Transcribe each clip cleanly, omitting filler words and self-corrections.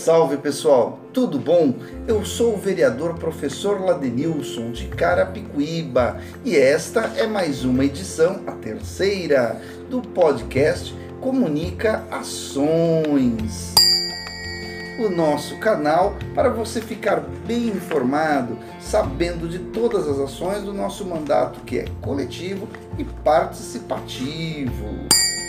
Salve pessoal, tudo bom? Eu sou o vereador professor Ladenilson de Carapicuíba e esta é mais uma edição, a terceira, do podcast Comunica Ações. O nosso canal para você ficar bem informado, sabendo de todas as ações do nosso mandato que é coletivo e participativo.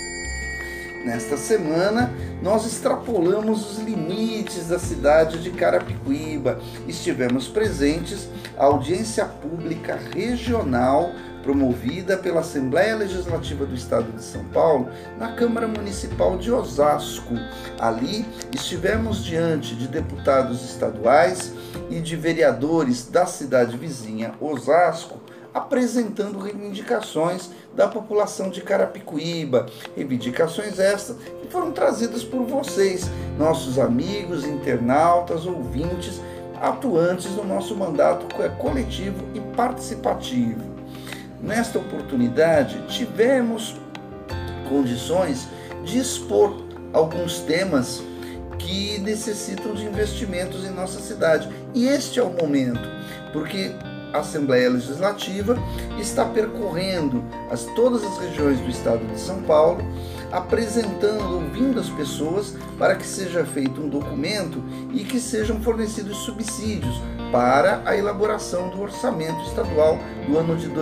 Nesta semana, nós extrapolamos os limites da cidade de Carapicuíba. Estivemos presentes à audiência pública regional promovida pela Assembleia Legislativa do Estado de São Paulo na Câmara Municipal de Osasco. Ali estivemos diante de deputados estaduais e de vereadores da cidade vizinha Osasco, apresentando reivindicações da população de Carapicuíba, reivindicações estas que foram trazidas por vocês, nossos amigos, internautas, ouvintes, atuantes no nosso mandato coletivo e participativo. Nesta oportunidade, tivemos condições de expor alguns temas que necessitam de investimentos em nossa cidade. E este é o momento, porque a Assembleia Legislativa está percorrendo todas as regiões do estado de São Paulo, apresentando, ouvindo as pessoas para que seja feito um documento e que sejam fornecidos subsídios para a elaboração do orçamento estadual do ano de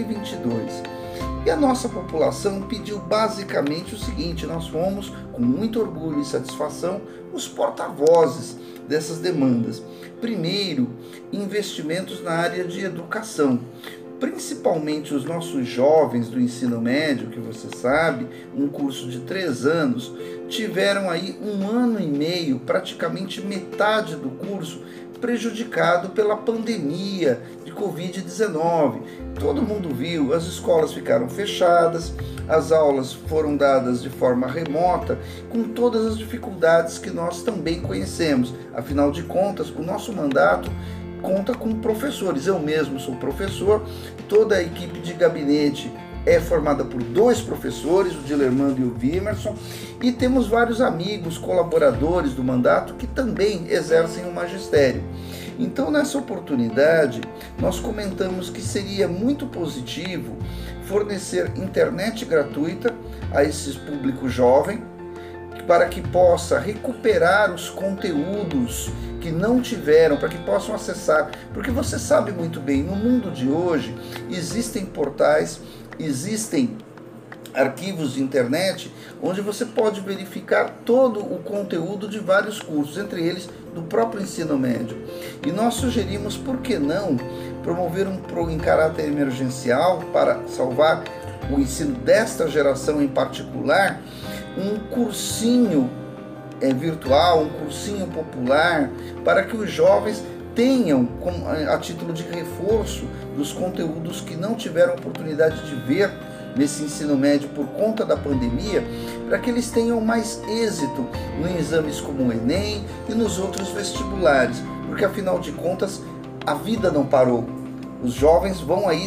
2022. E a nossa população pediu basicamente o seguinte: nós fomos, com muito orgulho e satisfação, os porta-vozes dessas demandas. Primeiro, investimentos na área de educação, principalmente os nossos jovens do ensino médio, que você sabe, um curso de 3 anos, tiveram aí 1 ano e meio, praticamente metade do curso, prejudicado pela pandemia de Covid-19. Todo mundo viu, as escolas ficaram fechadas, as aulas foram dadas de forma remota, com todas as dificuldades que nós também conhecemos. Afinal de contas, o nosso mandato conta com professores. Eu mesmo sou professor, toda a equipe de gabinete é formada por 2 professores, o Dilermando e o Vimerson, e temos vários amigos, colaboradores do mandato que também exercem o magistério. Então, nessa oportunidade, nós comentamos que seria muito positivo fornecer internet gratuita a esse público jovem, para que possa recuperar os conteúdos que não tiveram, para que possam acessar, porque você sabe muito bem, no mundo de hoje existem portais, existem arquivos de internet onde você pode verificar todo o conteúdo de vários cursos, entre eles do próprio ensino médio. E nós sugerimos, por que não, promover em caráter emergencial para salvar o ensino desta geração em particular, um cursinho virtual, um cursinho popular, para que os jovens tenham, a título de reforço dos conteúdos que não tiveram oportunidade de ver nesse ensino médio por conta da pandemia, para que eles tenham mais êxito em exames como o Enem e nos outros vestibulares, porque afinal de contas a vida não parou. Os jovens vão aí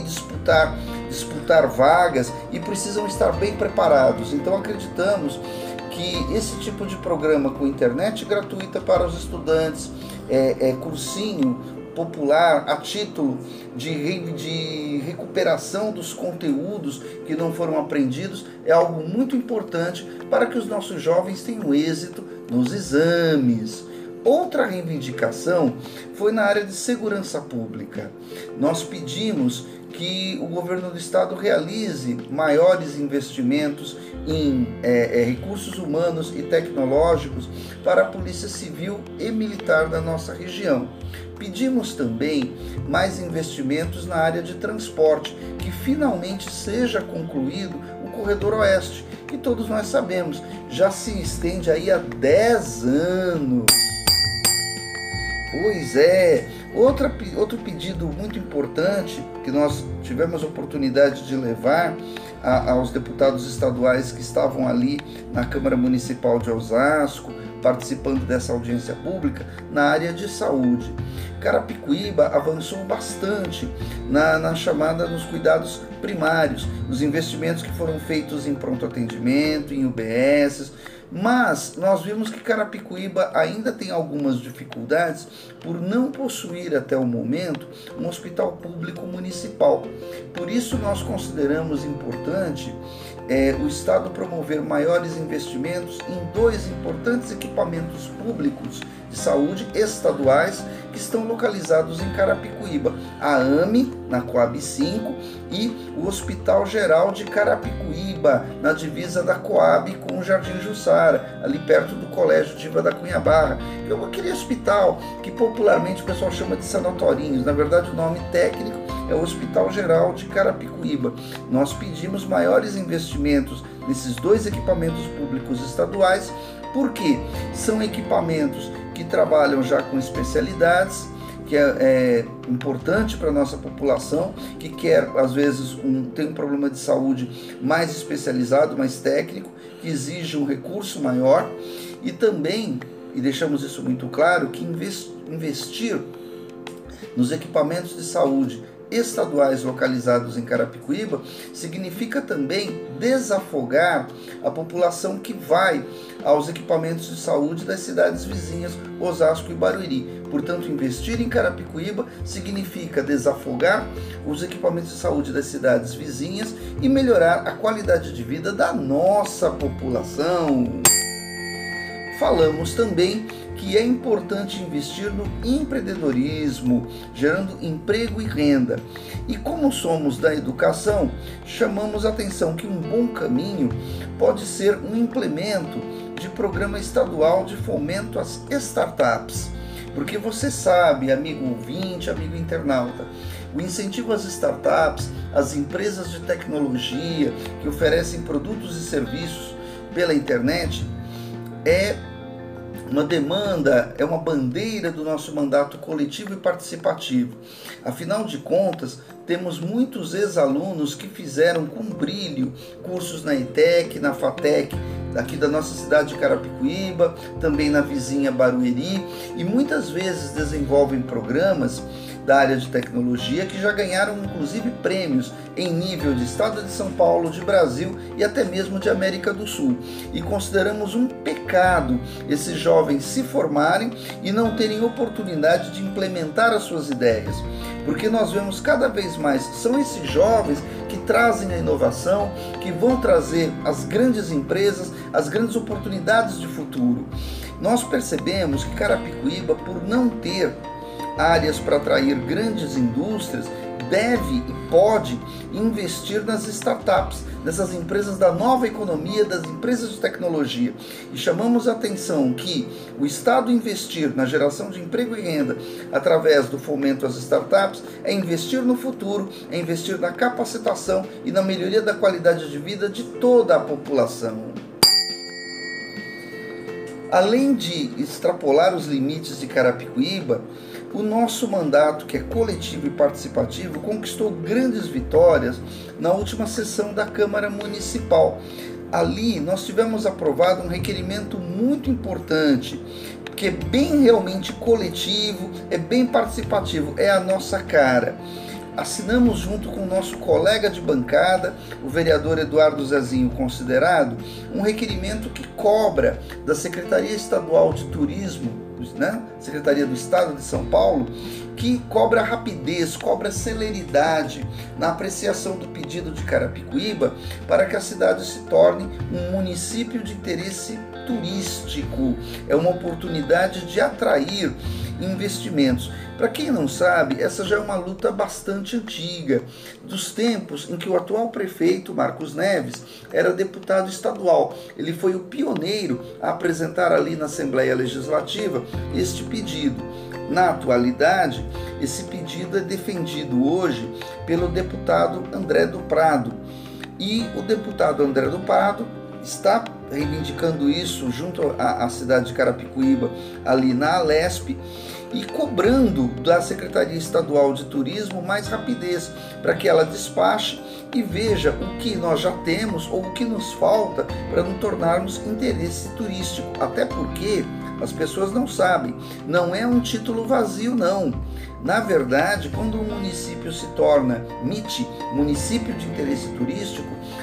disputar vagas e precisam estar bem preparados. Então acreditamos que esse tipo de programa com internet gratuita para os estudantes, cursinho popular a título de recuperação dos conteúdos que não foram aprendidos, é algo muito importante para que os nossos jovens tenham êxito nos exames. Outra reivindicação foi na área de segurança pública. Nós pedimos que o governo do estado realize maiores investimentos em recursos humanos e tecnológicos para a Polícia Civil e Militar da nossa região. Pedimos também mais investimentos na área de transporte, que finalmente seja concluído o Corredor Oeste, que todos nós sabemos, já se estende aí há 10 anos. Pois é, outro pedido muito importante que nós tivemos a oportunidade de levar aos deputados estaduais que estavam ali na Câmara Municipal de Osasco, participando dessa audiência pública, na área de saúde. Carapicuíba avançou bastante nos cuidados primários, os investimentos que foram feitos em pronto atendimento, em UBS, Mas nós vimos que Carapicuíba ainda tem algumas dificuldades por não possuir até o momento um hospital público municipal. Por isso nós consideramos importante o Estado promover maiores investimentos em 2 importantes equipamentos públicos de saúde estaduais que estão localizados em Carapicuíba, a AME, na Coab 5, e o Hospital Geral de Carapicuíba, na divisa da Coab com o Jardim Jussara, ali perto do Colégio Diva da Cunha Barra. É aquele hospital que popularmente o pessoal chama de Sanatórios, na verdade o nome técnico é o Hospital Geral de Carapicuíba. Nós pedimos maiores investimentos nesses 2 equipamentos públicos estaduais, porque são equipamentos que trabalham já com especialidades, que é importante para a nossa população, que quer, às vezes, tem um problema de saúde mais especializado, mais técnico, que exige um recurso maior, e também, e deixamos isso muito claro, que investir nos equipamentos de saúde estaduais localizados em Carapicuíba significa também desafogar a população que vai aos equipamentos de saúde das cidades vizinhas, Osasco e Barueri. Portanto, investir em Carapicuíba significa desafogar os equipamentos de saúde das cidades vizinhas e melhorar a qualidade de vida da nossa população. Falamos também que é importante investir no empreendedorismo, gerando emprego e renda. E como somos da educação, chamamos a atenção que um bom caminho pode ser um implemento de programa estadual de fomento às startups. Porque você sabe, amigo ouvinte, amigo internauta, o incentivo às startups, às empresas de tecnologia que oferecem produtos e serviços pela internet, é uma demanda, é uma bandeira do nosso mandato coletivo e participativo. Afinal de contas, temos muitos ex-alunos que fizeram com brilho cursos na ETEC, na FATEC, aqui da nossa cidade de Carapicuíba, também na vizinha Barueri, e muitas vezes desenvolvem programas da área de tecnologia que já ganharam inclusive prêmios em nível de Estado de São Paulo, de Brasil e até mesmo de América do Sul. E consideramos um pecado esses jovens se formarem e não terem oportunidade de implementar as suas ideias, porque nós vemos cada vez mais são esses jovens que trazem a inovação, que vão trazer as grandes empresas, as grandes oportunidades de futuro. Nós percebemos que Carapicuíba, por não ter áreas para atrair grandes indústrias, deve e pode investir nas startups, nessas empresas da nova economia, das empresas de tecnologia. E chamamos a atenção que o Estado investir na geração de emprego e renda através do fomento às startups é investir no futuro, é investir na capacitação e na melhoria da qualidade de vida de toda a população. Além de extrapolar os limites de Carapicuíba, o nosso mandato, que é coletivo e participativo, conquistou grandes vitórias na última sessão da Câmara Municipal. Ali nós tivemos aprovado um requerimento muito importante, que é bem realmente coletivo, é bem participativo, é a nossa cara. Assinamos junto com o nosso colega de bancada, o vereador Eduardo Zezinho Considerado, um requerimento que cobra da Secretaria Estadual de Turismo, Secretaria do Estado de São Paulo, que cobra rapidez, cobra celeridade na apreciação do pedido de Carapicuíba para que a cidade se torne um município de interesse turístico. É uma oportunidade de atrair investimentos. Para quem não sabe, essa já é uma luta bastante antiga, dos tempos em que o atual prefeito, Marcos Neves, era deputado estadual. Ele foi o pioneiro a apresentar ali na Assembleia Legislativa este pedido. Na atualidade, esse pedido é defendido hoje pelo deputado André do Prado. E o deputado André do Prado está reivindicando isso junto à cidade de Carapicuíba, ali na Alesp, e cobrando da Secretaria Estadual de Turismo mais rapidez, para que ela despache e veja o que nós já temos ou o que nos falta para nos tornarmos interesse turístico. Até porque as pessoas não sabem, não é um título vazio não. Na verdade, quando um município se torna MIT, município de interesse turístico,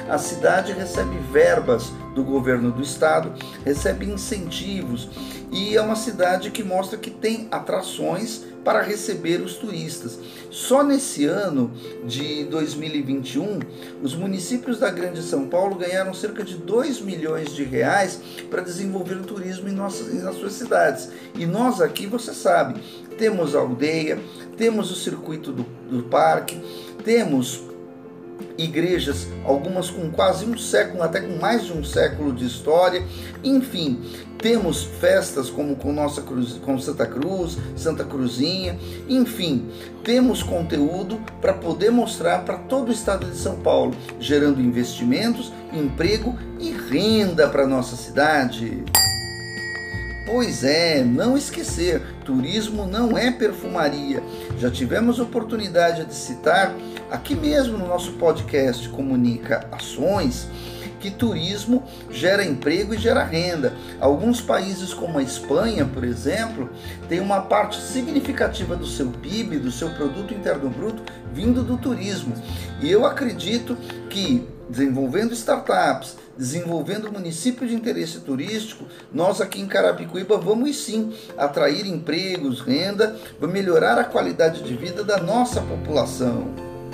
A cidade recebe verbas do governo do estado, recebe incentivos e é uma cidade que mostra que tem atrações para receber os turistas. Só nesse ano de 2021, os municípios da Grande São Paulo ganharam cerca de 2 milhões de reais para desenvolver o turismo nas suas cidades. E nós aqui, você sabe, temos a aldeia, temos o circuito do parque, temos igrejas, algumas com quase um século, até com mais de um século de história, enfim, temos festas como com Santa Cruz, Santa Cruzinha, enfim, temos conteúdo para poder mostrar para todo o estado de São Paulo, gerando investimentos, emprego e renda para nossa cidade. Pois é, não esquecer, turismo não é perfumaria. Já tivemos oportunidade de citar aqui mesmo no nosso podcast Comunica Ações que turismo gera emprego e gera renda. Alguns países como a Espanha, por exemplo, tem uma parte significativa do seu PIB, do seu produto interno bruto, vindo do turismo. E eu acredito que desenvolvendo startups, desenvolvendo municípios de interesse turístico, nós aqui em Carapicuíba vamos sim atrair empregos, renda, vamos melhorar a qualidade de vida da nossa população.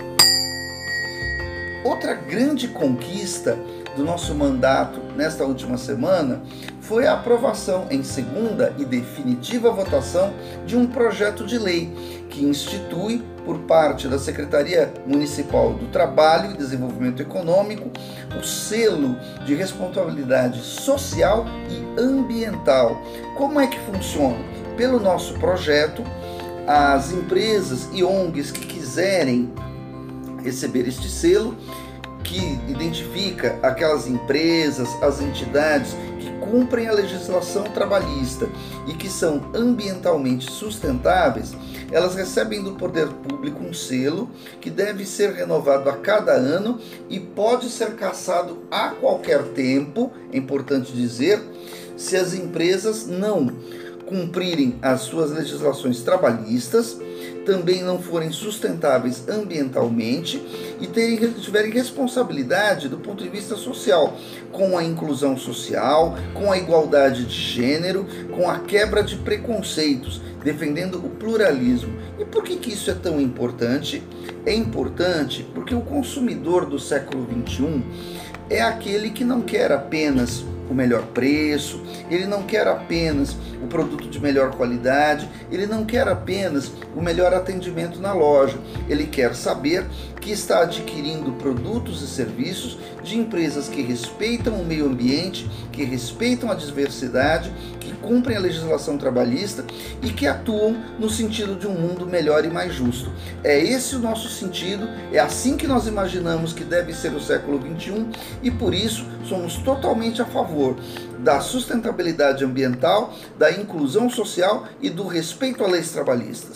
Outra grande conquista do nosso mandato nesta última semana foi a aprovação em segunda e definitiva votação de um projeto de lei que institui, por parte da Secretaria Municipal do Trabalho e Desenvolvimento Econômico, o selo de responsabilidade social e ambiental. Como é que funciona? Pelo nosso projeto, as empresas e ONGs que quiserem receber este selo, que identifica aquelas empresas, as entidades que cumprem a legislação trabalhista e que são ambientalmente sustentáveis, elas recebem do poder público um selo que deve ser renovado a cada ano e pode ser cassado a qualquer tempo, é importante dizer, se as empresas não cumprirem as suas legislações trabalhistas, também não forem sustentáveis ambientalmente e tiverem responsabilidade do ponto de vista social, com a inclusão social, com a igualdade de gênero, com a quebra de preconceitos, defendendo o pluralismo. E por que isso é tão importante? É importante porque o consumidor do século XXI é aquele que não quer apenas o melhor preço, ele não quer apenas o produto de melhor qualidade, ele não quer apenas o melhor atendimento na loja, ele quer saber que está adquirindo produtos e serviços de empresas que respeitam o meio ambiente, que respeitam a diversidade, que cumprem a legislação trabalhista e que atuam no sentido de um mundo melhor e mais justo. É esse o nosso sentido, é assim que nós imaginamos que deve ser o século XXI e por isso somos totalmente a favor da sustentabilidade ambiental, da inclusão social e do respeito às leis trabalhistas.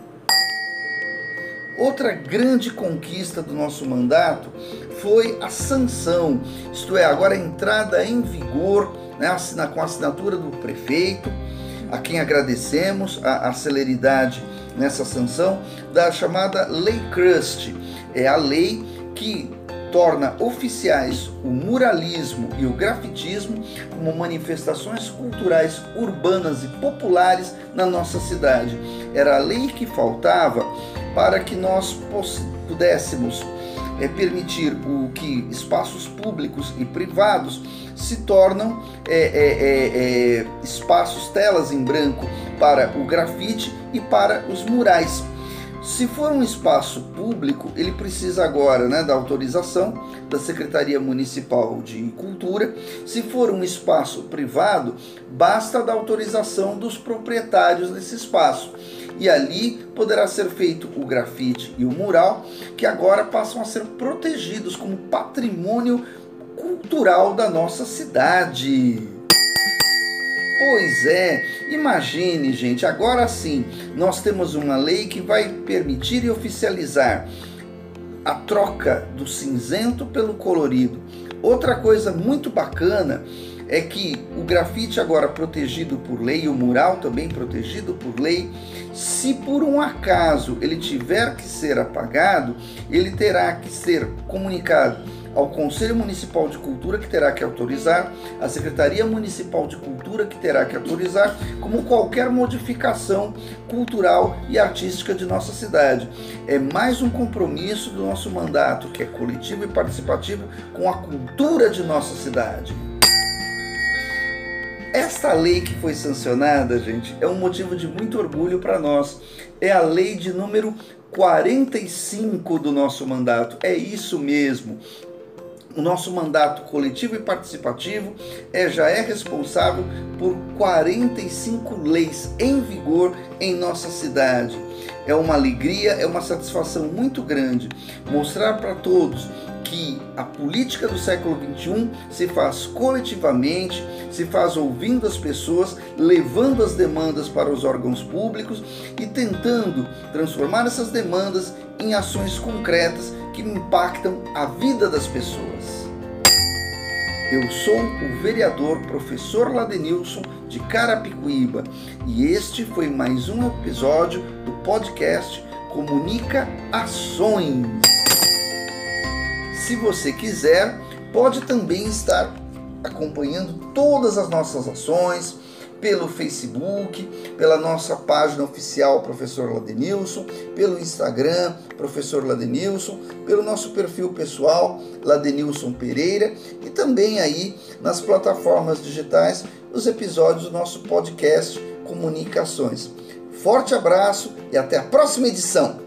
Outra grande conquista do nosso mandato foi a sanção, isto é, agora a entrada em vigor, né, com a assinatura do prefeito, a quem agradecemos a celeridade nessa sanção, da chamada Lei Crust. É a lei que torna oficiais o muralismo e o grafitismo como manifestações culturais urbanas e populares na nossa cidade. Era a lei que faltava para que nós pudéssemos permitir o que espaços públicos e privados se tornam espaços, telas em branco para o grafite e para os murais. Se for um espaço público, ele precisa agora, né, da autorização da Secretaria Municipal de Cultura. Se for um espaço privado, basta da autorização dos proprietários desse espaço. E ali poderá ser feito o grafite e o mural, que agora passam a ser protegidos como patrimônio cultural da nossa cidade. Pois é, imagine, gente, agora sim, nós temos uma lei que vai permitir e oficializar a troca do cinzento pelo colorido. Outra coisa muito bacana é que o grafite agora protegido por lei, e o mural também protegido por lei, se por um acaso ele tiver que ser apagado, ele terá que ser comunicado ao Conselho Municipal de Cultura, que terá que autorizar, à Secretaria Municipal de Cultura, que terá que autorizar, como qualquer modificação cultural e artística de nossa cidade. É mais um compromisso do nosso mandato, que é coletivo e participativo, com a cultura de nossa cidade. Esta lei que foi sancionada, gente, é um motivo de muito orgulho para nós. É a lei de número 45 do nosso mandato. É isso mesmo. O nosso mandato coletivo e participativo já é responsável por 45 leis em vigor em nossa cidade. É uma alegria, é uma satisfação muito grande mostrar para todos que a política do século XXI se faz coletivamente, se faz ouvindo as pessoas, levando as demandas para os órgãos públicos e tentando transformar essas demandas em ações concretas que impactam a vida das pessoas. Eu sou o vereador professor Ladenilson de Carapicuíba e este foi mais um episódio do podcast Comunica Ações. Se você quiser, pode também estar acompanhando todas as nossas ações pelo Facebook, pela nossa página oficial Professor Ladenilson, pelo Instagram Professor Ladenilson, pelo nosso perfil pessoal Ladenilson Pereira e também aí nas plataformas digitais os episódios do nosso podcast Comunicações. Forte abraço e até a próxima edição!